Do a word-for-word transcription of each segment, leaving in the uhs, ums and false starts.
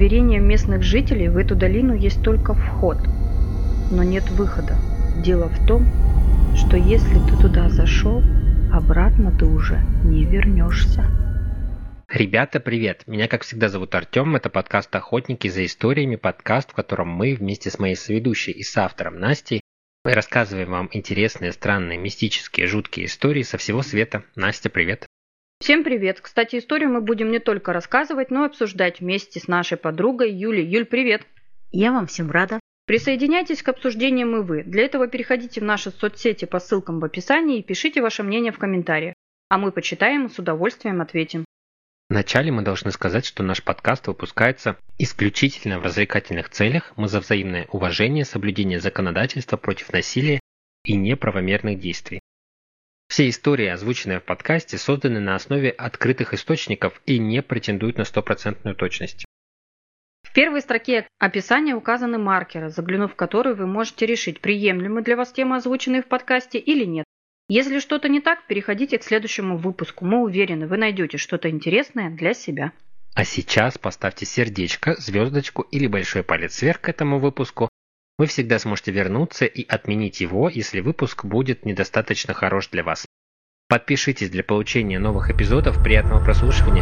уверениям местных жителей, в эту долину есть только вход, но нет выхода. Дело в том, что если ты туда зашел, обратно ты уже не вернешься. Ребята, привет! Меня, как всегда, зовут Артем. Это подкаст «Охотники за историями», подкаст, в котором мы вместе с моей соведущей и соавтором Настей мы рассказываем вам интересные, странные, мистические, жуткие истории со всего света. Настя, привет! Всем привет! Кстати, историю мы будем не только рассказывать, но и обсуждать вместе с нашей подругой Юлей. Юль, привет! Я вам всем рада. Присоединяйтесь к обсуждениям и вы. Для этого переходите в наши соцсети по ссылкам в описании и пишите ваше мнение в комментариях. А мы почитаем и с удовольствием ответим. Вначале мы должны сказать, что наш подкаст выпускается исключительно в развлекательных целях. Мы за взаимное уважение, соблюдение законодательства против насилия и неправомерных действий. Все истории, озвученные в подкасте, созданы на основе открытых источников и не претендуют на стопроцентную точность. В первой строке описания указаны маркеры, заглянув в которые вы можете решить, приемлемы для вас темы, озвученные в подкасте, или нет. Если что-то не так, переходите к следующему выпуску. Мы уверены, вы найдете что-то интересное для себя. А сейчас поставьте сердечко, звездочку или большой палец вверх к этому выпуску. Вы всегда сможете вернуться и отменить его, если выпуск будет недостаточно хорош для вас. Подпишитесь для получения новых эпизодов. Приятного прослушивания.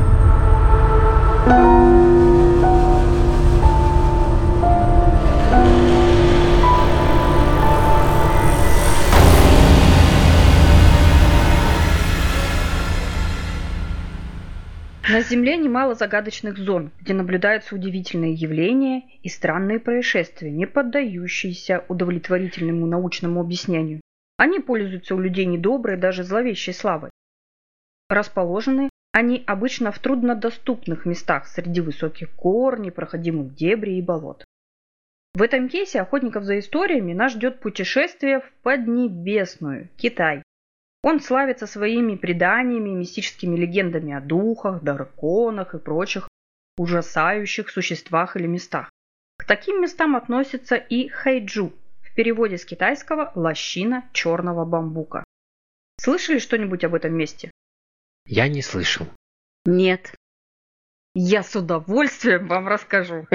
На Земле немало загадочных зон, где наблюдаются удивительные явления и странные происшествия, не поддающиеся удовлетворительному научному объяснению. Они пользуются у людей недоброй, даже зловещей славой. Расположены они обычно в труднодоступных местах среди высоких гор, непроходимых дебрей и болот. В этом кейсе охотников за историями нас ждет путешествие в Поднебесную, Китай. Он славится своими преданиями, мистическими легендами о духах, драконах и прочих ужасающих существах или местах. К таким местам относится и хайджу, в переводе с китайского «лощина черного бамбука». Слышали что-нибудь об этом месте? Я не слышал. Нет. Я с удовольствием вам расскажу.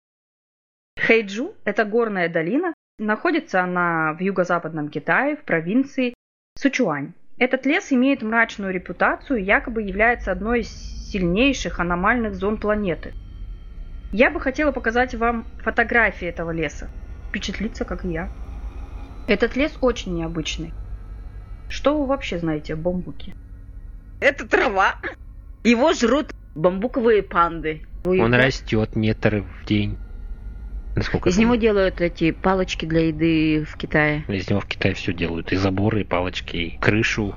Хайджу – это горная долина. Находится она в юго-западном Китае, в провинции Сычуань. Этот лес имеет мрачную репутацию и якобы является одной из сильнейших аномальных зон планеты. Я бы хотела показать вам фотографии этого леса. Впечатлиться, как и я. Этот лес очень необычный. Что вы вообще знаете о бамбуке? Это трава. Его жрут бамбуковые панды. Он растет метр в день. Насколько Из него делают эти палочки для еды в Китае. Из него в Китае все делают. И заборы, и палочки, и крышу.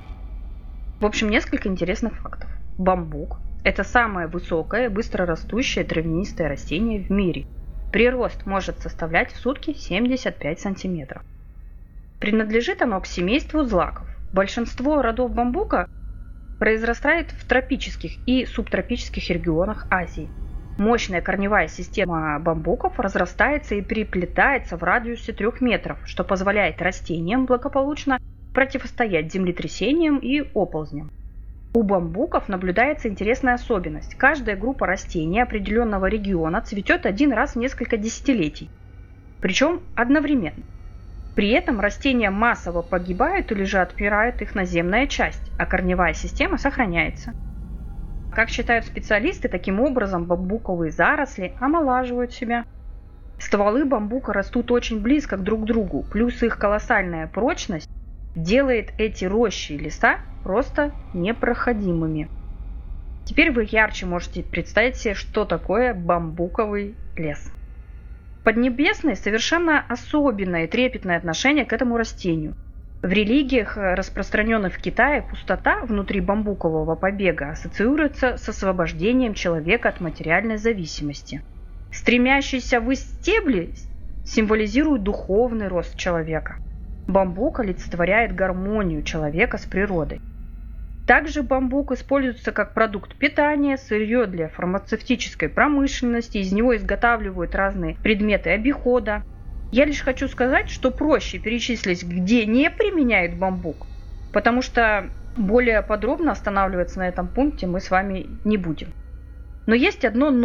В общем, несколько интересных фактов. Бамбук – это самое высокое, быстрорастущее травянистое растение в мире. Прирост может составлять в сутки семьдесят пять сантиметров. Принадлежит оно к семейству злаков. Большинство родов бамбука произрастает в тропических и субтропических регионах Азии. Мощная корневая система бамбуков разрастается и переплетается в радиусе трех метров, что позволяет растениям благополучно противостоять землетрясениям и оползням. У бамбуков наблюдается интересная особенность. Каждая группа растений определенного региона цветет один раз в несколько десятилетий, причем одновременно. При этом растения массово погибают или же отпирает их наземная часть, а корневая система сохраняется. Как считают специалисты, таким образом бамбуковые заросли омолаживают себя. Стволы бамбука растут очень близко друг к другу, плюс их колоссальная прочность делает эти рощи и леса просто непроходимыми. Теперь вы ярче можете представить себе, что такое бамбуковый лес. В Поднебесной совершенно особенное трепетное отношение к этому растению. В религиях, распространенных в Китае, пустота внутри бамбукового побега ассоциируется с освобождением человека от материальной зависимости. Стремящиеся ввысь стебли символизируют духовный рост человека. Бамбук олицетворяет гармонию человека с природой. Также бамбук используется как продукт питания, сырье для фармацевтической промышленности, из него изготавливают разные предметы обихода. Я лишь хочу сказать, что проще перечислить, где не применяют бамбук, потому что более подробно останавливаться на этом пункте мы с вами не будем. Но есть одно «но».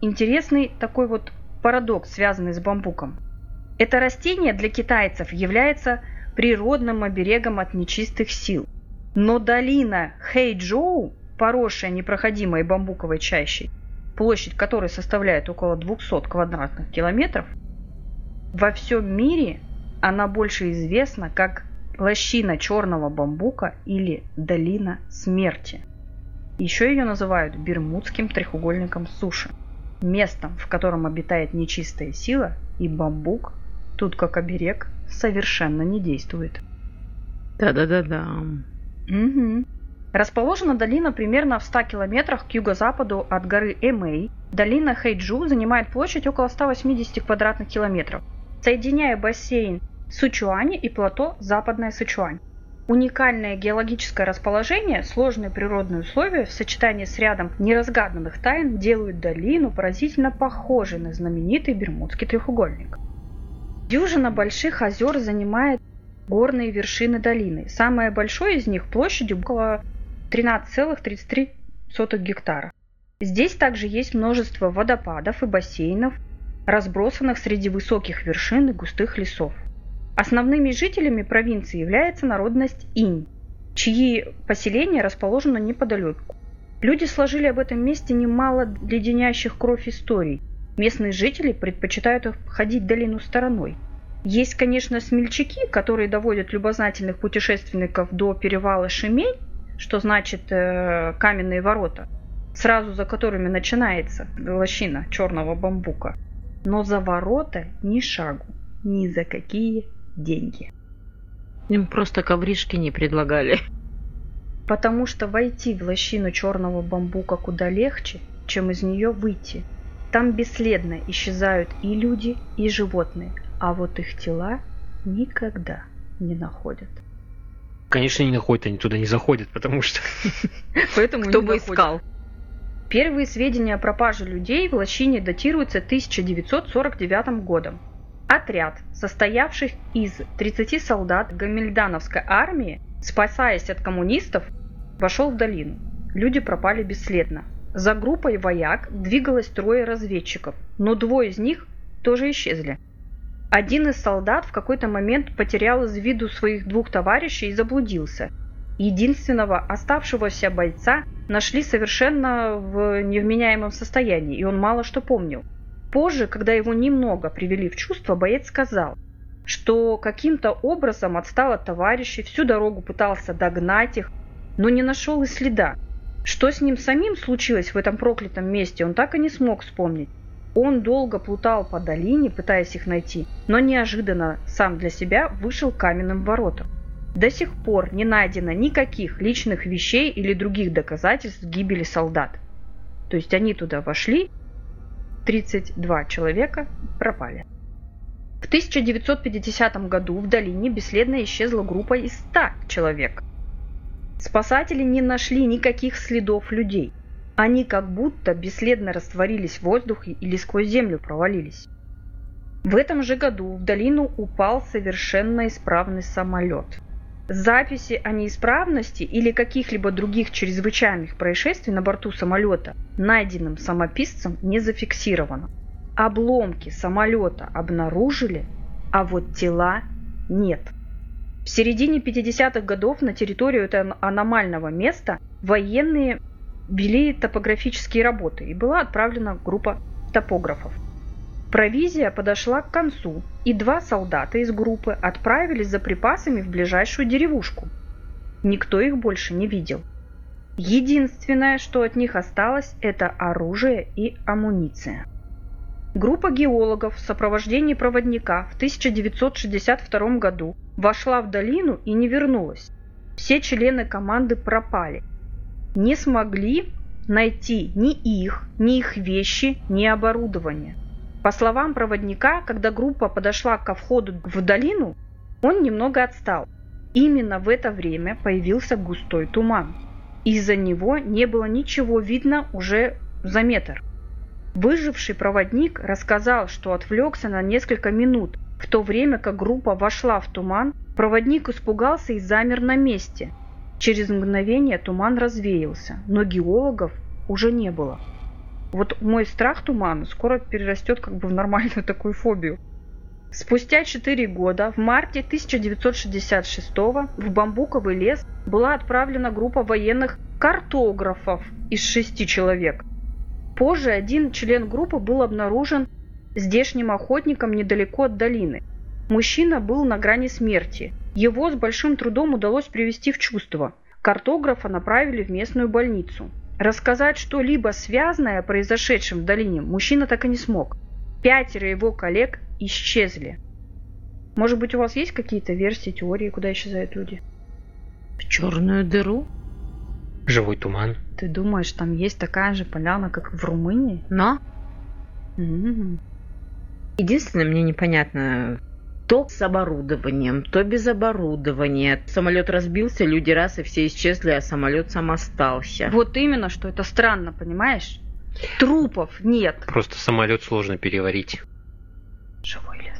интересный такой вот парадокс, связанный с бамбуком. Это растение для китайцев является природным оберегом от нечистых сил. Но долина Хэйчжоу, поросшая непроходимой бамбуковой чащей, площадь которой составляет около двухсот квадратных километров, во всем мире она больше известна как лощина черного бамбука или долина смерти. Еще ее называют Бермудским треугольником суши, местом, в котором обитает нечистая сила, и бамбук тут как оберег совершенно не действует. Да-да-да-да. Угу. Расположена долина примерно в ста километрах к юго-западу от горы Эмэй. Долина Хэйчжоу занимает площадь около ста восьмидесяти квадратных километров, соединяя бассейн Сычуань и плато Западная Сычуань. Уникальное геологическое расположение, сложные природные условия в сочетании с рядом неразгаданных тайн делают долину поразительно похожей на знаменитый Бермудский треугольник. Дюжина больших озер занимает горные вершины долины. Самое большое из них площадью около тринадцать целых тридцать три сотых гектара. Здесь также есть множество водопадов и бассейнов, разбросанных среди высоких вершин и густых лесов. Основными жителями провинции является народность инь, чьи поселения расположены неподалеку. Люди сложили об этом месте немало леденящих кровь историй. Местные жители предпочитают обходить долину стороной. Есть, конечно, смельчаки, которые доводят любознательных путешественников до перевала Шимень, что значит э, каменные ворота, сразу за которыми начинается лощина черного бамбука. Но за ворота ни шагу, ни за какие деньги. Им просто ковришки не предлагали. Потому что войти в лощину черного бамбука куда легче, чем из нее выйти. Там бесследно исчезают и люди, и животные, а вот их тела никогда не находят. Конечно, не находят, они туда не заходят, потому что... Поэтому кто бы искал. Первые сведения о пропаже людей в лощине датируются тысяча девятьсот сорок девятым годом. Отряд, состоявший из тридцати солдат гамильдановской армии, спасаясь от коммунистов, вошел в долину. Люди пропали бесследно. За группой вояк двигалось трое разведчиков, но двое из них тоже исчезли. Один из солдат в какой-то момент потерял из виду своих двух товарищей и заблудился. Единственного оставшегося бойца нашли совершенно в невменяемом состоянии, и он мало что помнил. Позже, когда его немного привели в чувство, боец сказал, что каким-то образом отстал от товарищей, всю дорогу пытался догнать их, но не нашел и следа. Что с ним самим случилось в этом проклятом месте, он так и не смог вспомнить. Он долго плутал по долине, пытаясь их найти, но неожиданно сам для себя вышел к каменным воротам. До сих пор не найдено никаких личных вещей или других доказательств гибели солдат. То есть они туда вошли, тридцать два человека пропали. В тысяча девятьсот пятидесятом году в долине бесследно исчезла группа из ста человек. Спасатели не нашли никаких следов людей. Они как будто бесследно растворились в воздухе или сквозь землю провалились. В этом же году в долину упал совершенно исправный самолет. Записи о неисправности или каких-либо других чрезвычайных происшествий на борту самолета найденным самописцем не зафиксировано. Обломки самолета обнаружили, а вот тела нет. В середине пятидесятых годов на территорию этого аномального места военные вели топографические работы, и была отправлена группа топографов. Провизия подошла к концу, и два солдата из группы отправились за припасами в ближайшую деревушку. Никто их больше не видел. Единственное, что от них осталось, это оружие и амуниция. Группа геологов в сопровождении проводника в тысяча девятьсот шестьдесят втором году вошла в долину и не вернулась. Все члены команды пропали. Не смогли найти ни их, ни их вещи, ни оборудование. По словам проводника, когда группа подошла ко входу в долину, он немного отстал. Именно в это время появился густой туман. Из-за него не было ничего видно уже за метр. Выживший проводник рассказал, что отвлекся на несколько минут. В то время как группа вошла в туман, проводник испугался и замер на месте. Через мгновение туман развеялся, но геологов уже не было. Вот мой страх тумана скоро перерастет как бы в нормальную такую фобию. Спустя четыре года, в марте тысяча девятьсот шестьдесят шестого, в Бамбуковый лес была отправлена группа военных картографов из шести человек. Позже один член группы был обнаружен здешним охотником недалеко от долины. Мужчина был на грани смерти. Его с большим трудом удалось привести в чувство. Картографа направили в местную больницу. Рассказать что-либо связанное о произошедшем в долине мужчина так и не смог. Пятеро его коллег исчезли. Может быть, у вас есть какие-то версии, теории, куда исчезают люди? В черную дыру? Живой туман. Ты думаешь, там есть такая же поляна, как в Румынии? Но? Mm-hmm. Единственное, мне непонятно, то с оборудованием, то без оборудования. Самолет разбился, люди раз и все исчезли, а самолет сам остался. Вот именно, что это странно, понимаешь? Трупов нет. Просто самолет сложно переварить. Живой лес.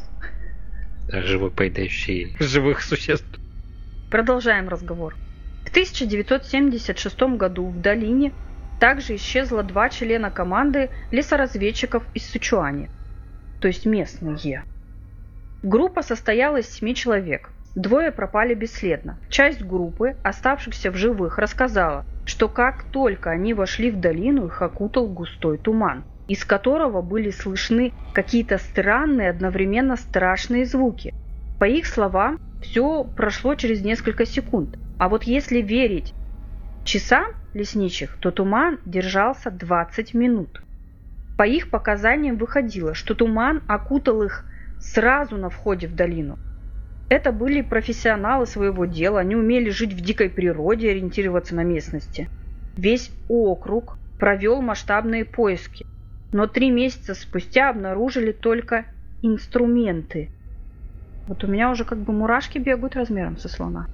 Да, живой поедающий живых существ. Продолжаем разговор. В тысяча девятьсот семьдесят шестом году в долине также исчезло два члена команды лесоразведчиков из Сычуани, то есть местные. Группа состояла из семи человек. Двое пропали бесследно. Часть группы, оставшихся в живых, рассказала, что как только они вошли в долину, их окутал густой туман, из которого были слышны какие-то странные, одновременно страшные звуки. По их словам, все прошло через несколько секунд. А вот если верить часам лесничих, то туман держался двадцать минут. По их показаниям выходило, что туман окутал их сразу на входе в долину. Это были профессионалы своего дела, они умели жить в дикой природе, ориентироваться на местности. Весь округ провел масштабные поиски, но три месяца спустя обнаружили только инструменты. Вот у меня уже как бы мурашки бегают размером со слона.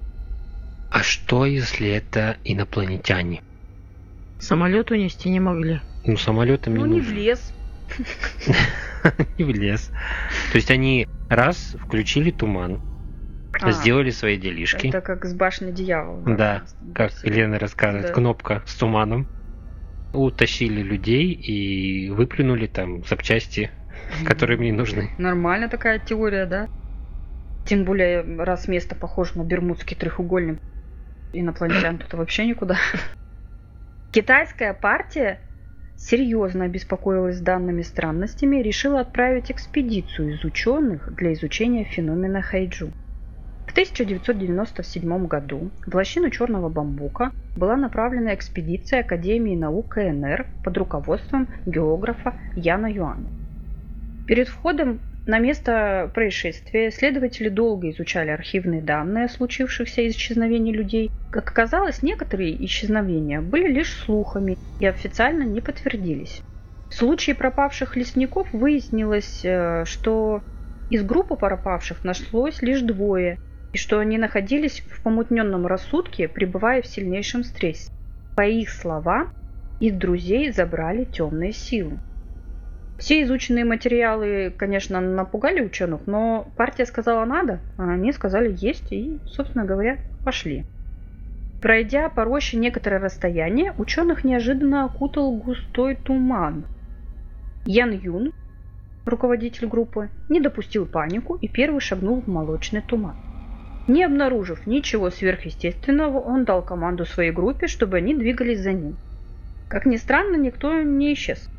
А что, если это инопланетяне? Самолет унести не могли. Ну, самолетом не Ну, не нужно. в лес. Не в лес. То есть они раз включили туман, А, сделали свои делишки. Это как с башни дьявола. Да, как Лена рассказывает, Да. кнопка с туманом. Утащили людей и выплюнули там запчасти, которые им не нужны. Нормальная такая теория, да? Тем более, раз место похоже на Бермудский треугольник, инопланетян тут вообще никуда. Китайская партия серьезно обеспокоилась данными странностями и решила отправить экспедицию из ученых для изучения феномена Хэйджу. В тысяча девятьсот девяносто седьмом году в лощину Черного бамбука была направлена экспедиция Академии наук КНР под руководством географа Яна Юана. Перед входом на место происшествия следователи долго изучали архивные данные о случившихся исчезновении людей. Как оказалось, некоторые исчезновения были лишь слухами и официально не подтвердились. В случае пропавших лесников выяснилось, что из группы пропавших нашлось лишь двое, и что они находились в помутненном рассудке, пребывая в сильнейшем стрессе. По их словам, их друзей забрали темные силы. Все изученные материалы, конечно, напугали ученых, но партия сказала надо, а они сказали есть и, собственно говоря, пошли. Пройдя по роще некоторое расстояние, ученых неожиданно окутал густой туман. Ян Юн, руководитель группы, не допустил панику и первый шагнул в молочный туман. Не обнаружив ничего сверхъестественного, он дал команду своей группе, чтобы они двигались за ним. Как ни странно, никто не исчез.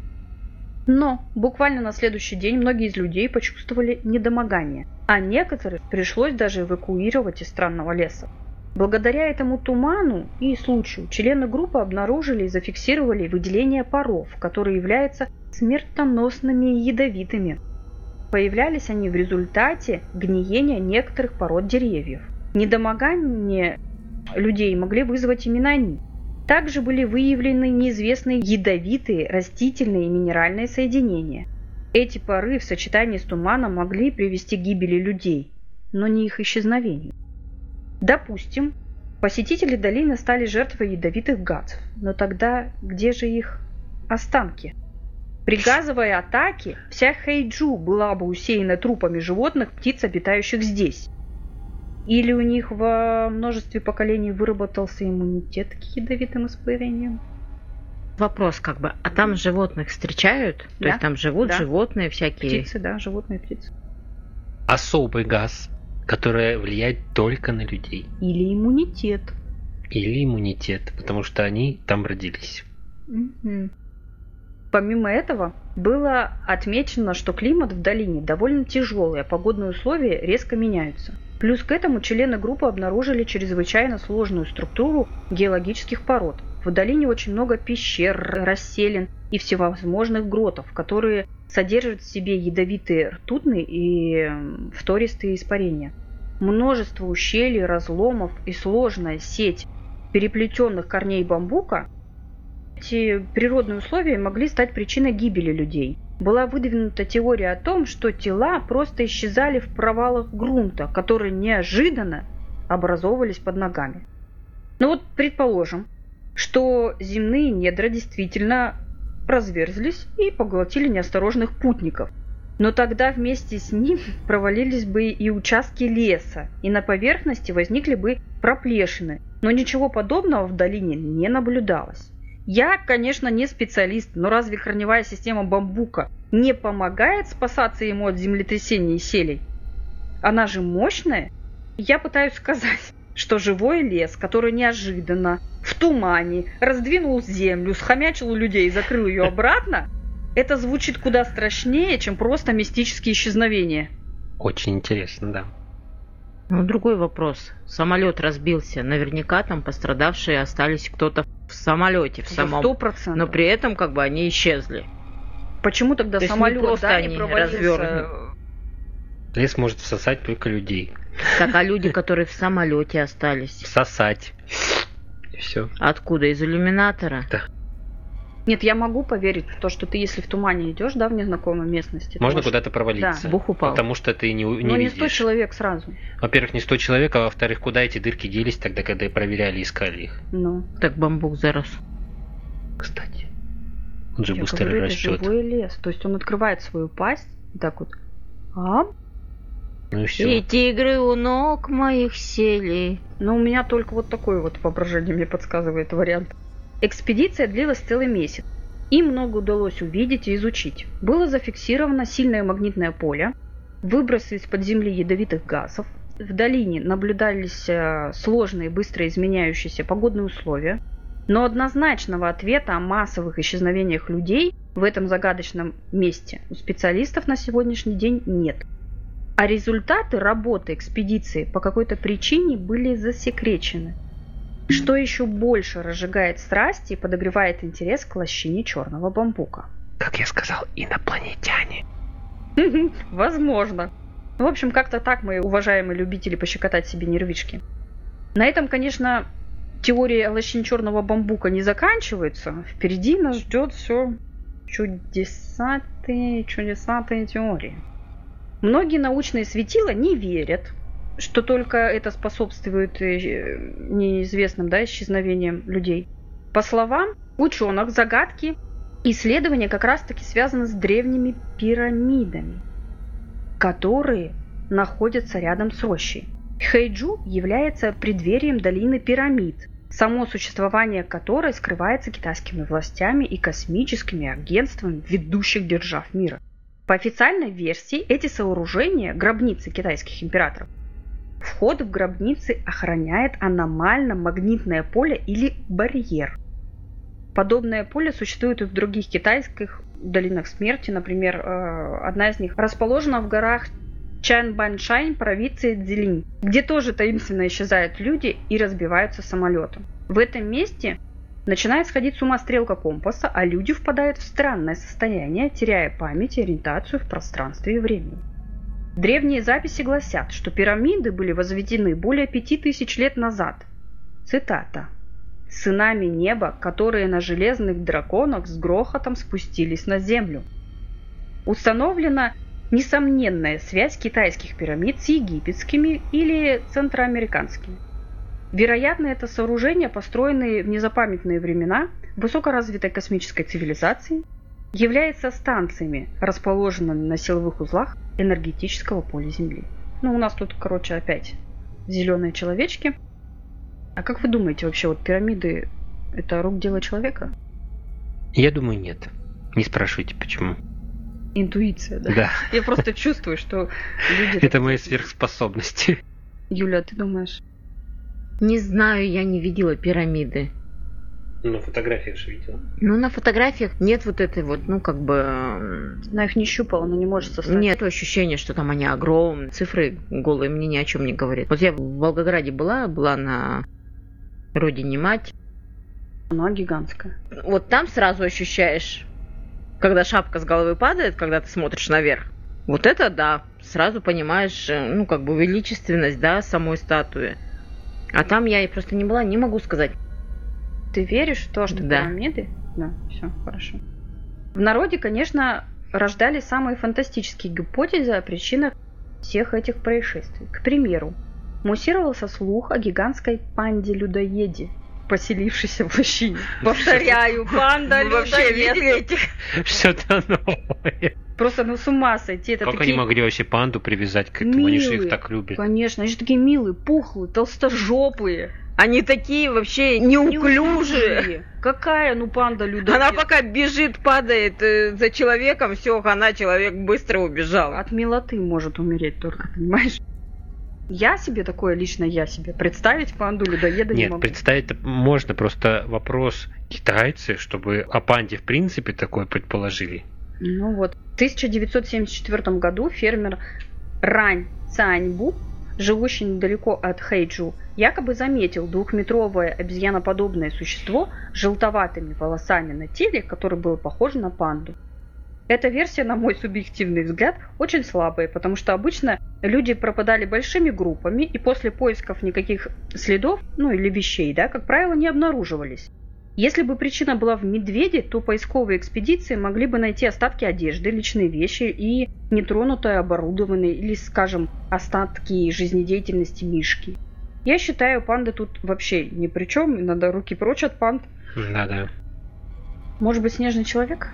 Но буквально на следующий день многие из людей почувствовали недомогание, а некоторых пришлось даже эвакуировать из странного леса. Благодаря этому туману и случаю члены группы обнаружили и зафиксировали выделение паров, которые являются смертоносными и ядовитыми. Появлялись они в результате гниения некоторых пород деревьев. Недомогание людей могли вызвать именно они. Также были выявлены неизвестные ядовитые растительные и минеральные соединения. Эти пары в сочетании с туманом могли привести к гибели людей, но не их исчезновению. Допустим, посетители долины стали жертвой ядовитых газов, но тогда где же их останки? При газовой атаке вся Хэйджу была бы усеяна трупами животных, птиц, обитающих здесь. Или у них во множестве поколений выработался иммунитет к ядовитым испарениям? Вопрос как бы, а там животных встречают? То Да. есть там живут Да. животные всякие? Птицы, да, животные птицы. Особый газ, который влияет только на людей. Или иммунитет. Или иммунитет, потому что они там родились. Мгм. Помимо этого, было отмечено, что климат в долине довольно тяжелый, а погодные условия резко меняются. Плюс к этому члены группы обнаружили чрезвычайно сложную структуру геологических пород. В долине очень много пещер, расселин и всевозможных гротов, которые содержат в себе ядовитые ртутные и м, фтористые испарения. Множество ущелий, разломов и сложная сеть переплетенных корней бамбука. Эти природные условия могли стать причиной гибели людей. Была выдвинута теория о том, что тела просто исчезали в провалах грунта, которые неожиданно образовывались под ногами. Ну вот предположим, что земные недра действительно разверзлись и поглотили неосторожных путников. Но тогда вместе с ним провалились бы и участки леса, и на поверхности возникли бы проплешины. Но ничего подобного в долине не наблюдалось. Я, конечно, не специалист, но разве корневая система бамбука не помогает спасаться ему от землетрясений и селей? Она же мощная. Я пытаюсь сказать, что живой лес, который неожиданно, в тумане, раздвинул землю, схомячил у людей и закрыл ее обратно, это звучит куда страшнее, чем просто мистические исчезновения. Очень интересно, да. Ну, другой вопрос. Самолет разбился. Наверняка там пострадавшие остались кто-то в самолете, в самом. Сто процентов. Но при этом как бы они исчезли. Почему тогда То есть не самолет просто да, не они провалился? развернуты. Лес может всосать только людей. Так, а люди, которые в самолете остались, Всосать. И все. откуда? Из иллюминатора? Да. Нет, я могу поверить в то, что ты, если в тумане идешь, да, в незнакомой местности. то Можно можешь- куда-то провалиться. Да. Бух упал. Потому что ты не, у- не Но не видишь. сто человек сразу. Во-первых, не сто человек, а во-вторых, куда эти дырки делись тогда, когда и проверяли, искали их. Ну, Так бамбук зарос. Кстати. Он же я быстро говорю, это растет. живой лес. То есть он открывает свою пасть и так вот. А? Ну и все. И тигры у ног моих сели. Но у меня только вот такое вот воображение мне подсказывает вариант. Экспедиция длилась целый месяц. Им много удалось увидеть и изучить. Было зафиксировано сильное магнитное поле, выбросы из-под земли ядовитых газов. В долине наблюдались э, сложные, быстро изменяющиеся погодные условия. Но однозначного ответа о массовых исчезновениях людей в этом загадочном месте у специалистов на сегодняшний день нет. А результаты работы экспедиции по какой-то причине были засекречены, что еще больше разжигает страсти и подогревает интерес к лощине черного бамбука. Как я сказал, инопланетяне. Возможно. В общем, как-то так, мои уважаемые любители пощекотать себе нервишки. На этом, конечно, теория о лощине черного бамбука не заканчивается. Впереди нас ждет все чудесатые, чудесатые теории. Многие научные светила не верят, что только это способствует э, неизвестным, да, исчезновениям людей. По словам ученых, загадки исследования как раз-таки связаны с древними пирамидами, которые находятся рядом с рощей. Хэйджу является преддверием долины пирамид, само существование которой скрывается китайскими властями и космическими агентствами ведущих держав мира. По официальной версии, эти сооружения – гробницы китайских императоров. Вход в гробницы охраняет аномально-магнитное поле или барьер. Подобное поле существует и в других китайских долинах смерти. Например, одна из них расположена в горах Чанбаншань, провинции Цзилинь, где тоже таинственно исчезают люди и разбиваются самолеты. В этом месте начинает сходить с ума стрелка компаса, а люди впадают в странное состояние, теряя память и ориентацию в пространстве и времени. Древние записи гласят, что пирамиды были возведены более пяти тысяч лет назад. Цитата. «Сынами неба, которые на железных драконах с грохотом спустились на землю». Установлена несомненная связь китайских пирамид с египетскими или центроамериканскими. Вероятно, это сооружения, построенные в незапамятные времена высокоразвитой космической цивилизации, являются станциями, расположенными на силовых узлах энергетического поля Земли. Ну, у нас тут, короче, опять зеленые человечки. А как вы думаете, вообще, вот пирамиды – это рук дело человека? Я думаю, нет. Не спрашивайте, почему. Интуиция, да? Да. Я просто чувствую, что люди... Это мои сверхспособности. Юля, ты думаешь? Не знаю, я не видела пирамиды. Ну, на фотографиях же видела. Ну, на фотографиях нет вот этой вот, ну, как бы... Она их не щупала, но не может составить. Нет ощущения, что там они огромные. Цифры голые мне ни о чем не говорят. Вот я в Волгограде была, была на родине мать. Она гигантская. Вот там сразу ощущаешь, когда шапка с головы падает, когда ты смотришь наверх. Вот это да, сразу понимаешь, ну, как бы величественность, да, самой статуи. А там я и просто не была, не могу сказать. Ты веришь в то, что Да. пирамиды? Да, все, хорошо. В народе, конечно, рождались самые фантастические гипотезы о причинах всех этих происшествий. К примеру, муссировался слух о гигантской панде-людоеде, поселившейся в лощине. Повторяю, панда-людоед. Что-то новое. Просто ну с ума сойти. Это Как такие... они могли вообще панду привязать к этому? Они же их так любят. Конечно, они же такие милые, пухлые, толстожопые. Они такие вообще неуклюжие. Какая, ну, панда-людоед? Она пока бежит, падает э, за человеком, все, она человек быстро убежал. От милоты может умереть только, понимаешь? Я себе такое, лично я себе, представить панду-людоеда не Нет, могу. представить можно, просто вопрос китайцы, чтобы о панде в принципе такое предположили. Ну вот. В тысяча девятьсот семьдесят четвёртом году фермер Рань Цаньбу, живущий недалеко от Хэйчжу, якобы заметил двухметровое обезьяноподобное существо с желтоватыми волосами на теле, которое было похоже на панду. Эта версия, на мой субъективный взгляд, очень слабая, потому что обычно люди пропадали большими группами, и после поисков никаких следов, ну или вещей, да, как правило, не обнаруживались. Если бы причина была в медведе, то поисковые экспедиции могли бы найти остатки одежды, личные вещи и нетронутое оборудование, или, скажем, остатки жизнедеятельности мишки. Я считаю, панды тут вообще ни при чем, и надо руки прочь от панд. Да-да. Может быть, снежный человек?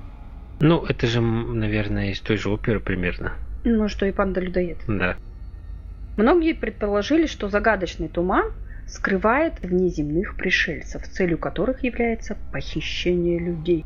Ну, это же, наверное, из той же оперы примерно. Ну, что и панда-людоед. Да. Многие предположили, что загадочный туман скрывает внеземных пришельцев, целью которых является похищение людей.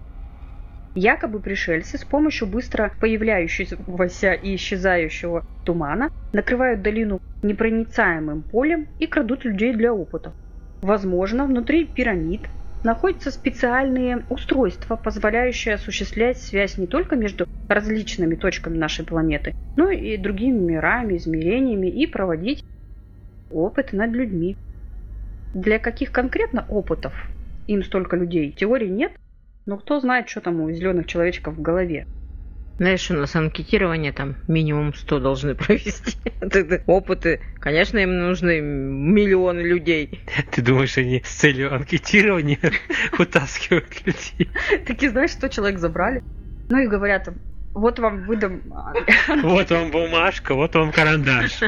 Якобы пришельцы с помощью быстро появляющегося и исчезающего тумана накрывают долину непроницаемым полем и крадут людей для опытов. Возможно, внутри пирамид находятся специальные устройства, позволяющие осуществлять связь не только между различными точками нашей планеты, но и другими мирами, измерениями и проводить опыты над людьми. Для каких конкретно опытов им столько людей? Теории нет, но кто знает, что там у зеленых человечков в голове. Знаешь, у нас анкетирование там минимум сто должны провести. Опыты. Конечно, им нужны миллионы людей. Ты думаешь, они с целью анкетирования утаскивают людей? Такие, знаешь, сто человек забрали. Ну и говорят, вот вам выдам... Вот вам бумажка, вот вам карандаш.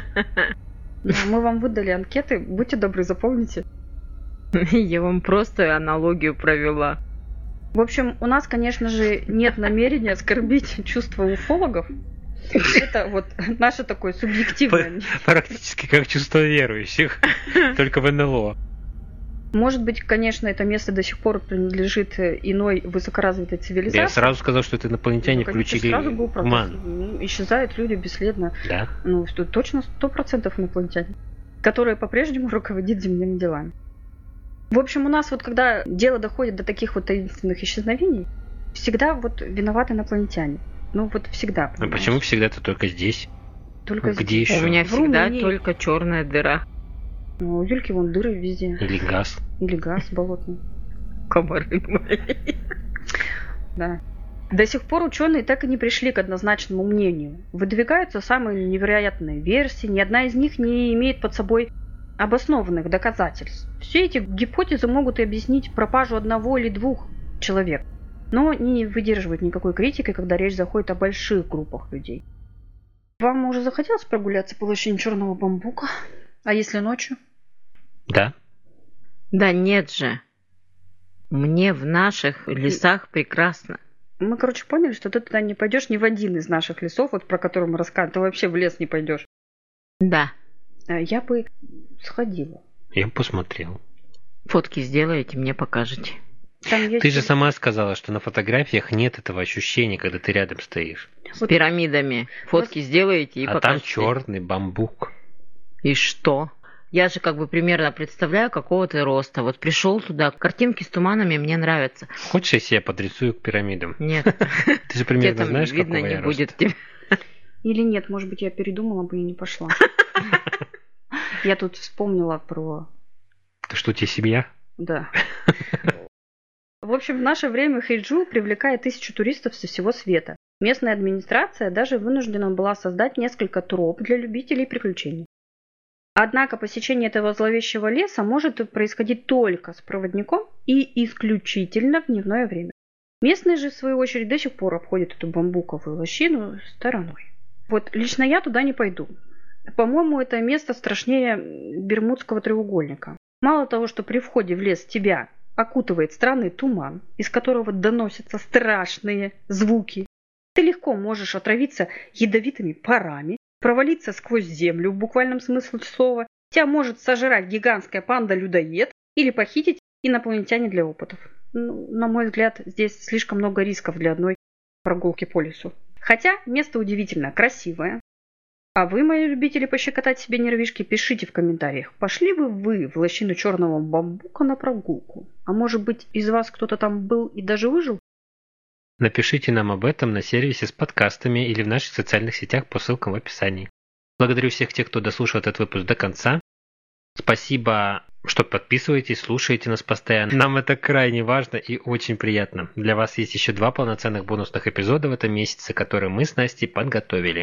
Мы вам выдали анкеты, будьте добры, заполните. Я вам просто аналогию провела. В общем, у нас, конечно же, нет намерения оскорбить чувства уфологов. Это вот наше такое субъективное. Практически как чувство верующих, только в эн эл о. Может быть, конечно, это место до сих пор принадлежит иной высокоразвитой цивилизации. Да, я сразу сказал, что это инопланетяне ну, включили сразу был ман. Ну, исчезают люди бесследно. Да. Ну, что, точно сто процентов инопланетяне, которые по-прежнему руководят земными делами. В общем, у нас вот когда дело доходит до таких вот таинственных исчезновений, всегда вот виноваты инопланетяне. Ну вот всегда. А почему всегда это только здесь? Только Где здесь. еще? У меня В всегда Румынии. только черная дыра. Ну, у Юльки вон дыры везде. Или газ. Или газ болотный. Комары. Да. До сих пор ученые так и не пришли к однозначному мнению. Выдвигаются самые невероятные версии, ни одна из них не имеет под собой обоснованных доказательств. Все эти гипотезы могут объяснить пропажу одного или двух человек, но не выдерживают никакой критики, когда речь заходит о больших группах людей. Вам уже захотелось прогуляться по лощине черного бамбука? А если ночью? Да. Да нет же. Мне в наших лесах прекрасно. Мы, короче, поняли, что ты туда не пойдешь ни в один из наших лесов, вот про который мы рассказывали. Ты вообще в лес не пойдешь. Да. Я бы сходила. Я посмотрел. Фотки сделаете, мне покажете. Там есть... Ты же сама сказала, что на фотографиях нет этого ощущения, когда ты рядом стоишь. С вот пирамидами. Фотки вот... сделаете и а покажете. А там черный бамбук. И что? Я же как бы примерно представляю, какого ты роста. Вот пришел туда, картинки с туманами мне нравятся. Хочешь, я себя подрисую к пирамидам? Нет. Ты же примерно знаешь, какого я роста. Видно не будет тебя. Или нет, может быть, я передумала бы и не пошла. Я тут вспомнила про... Что, тебе семья? Да. В общем, в наше время Хэйчжоу привлекает тысячу туристов со всего света. Местная администрация даже вынуждена была создать несколько троп для любителей приключений. Однако посещение этого зловещего леса может происходить только с проводником и исключительно в дневное время. Местные же, в свою очередь, до сих пор обходят эту бамбуковую лощину стороной. Вот лично я туда не пойду. По-моему, это место страшнее Бермудского треугольника. Мало того, что при входе в лес тебя окутывает странный туман, из которого доносятся страшные звуки, ты легко можешь отравиться ядовитыми парами, провалиться сквозь землю в буквальном смысле слова, тебя может сожрать гигантская панда-людоед или похитить инопланетяне для опытов. Ну, на мой взгляд, здесь слишком много рисков для одной прогулки по лесу. Хотя место удивительно красивое. А вы, мои любители пощекотать себе нервишки, пишите в комментариях, пошли бы вы в лощину черного бамбука на прогулку? А может быть, из вас кто-то там был и даже выжил? Напишите нам об этом на сервисе с подкастами или в наших социальных сетях по ссылкам в описании. Благодарю всех тех, кто дослушал этот выпуск до конца. Спасибо, что подписываетесь, слушаете нас постоянно. Нам это крайне важно и очень приятно. Для вас есть еще два полноценных бонусных эпизода в этом месяце, которые мы с Настей подготовили.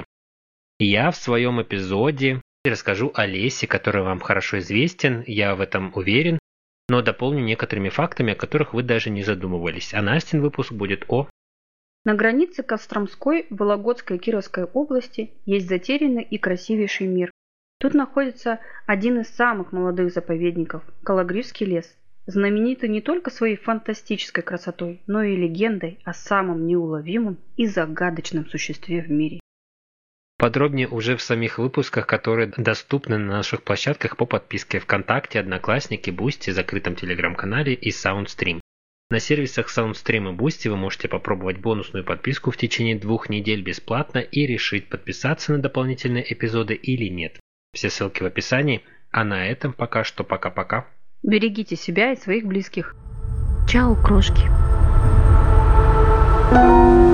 Я в своем эпизоде расскажу о лесе, который вам хорошо известен, я в этом уверен, но дополню некоторыми фактами, о которых вы даже не задумывались. А Настин выпуск будет о... На границе Костромской, Вологодской и Кировской области есть затерянный и красивейший мир. Тут находится один из самых молодых заповедников – Кологривский лес, знаменитый не только своей фантастической красотой, но и легендой о самом неуловимом и загадочном существе в мире. Подробнее уже в самих выпусках, которые доступны на наших площадках по подписке ВКонтакте, Одноклассники, Boosty, закрытом телеграм-канале и Soundstream. На сервисах Soundstream и Boosty вы можете попробовать бонусную подписку в течение двух недель бесплатно и решить, подписаться на дополнительные эпизоды или нет. Все ссылки в описании. А на этом пока что пока-пока. Берегите себя и своих близких. Чао, крошки. Thank you.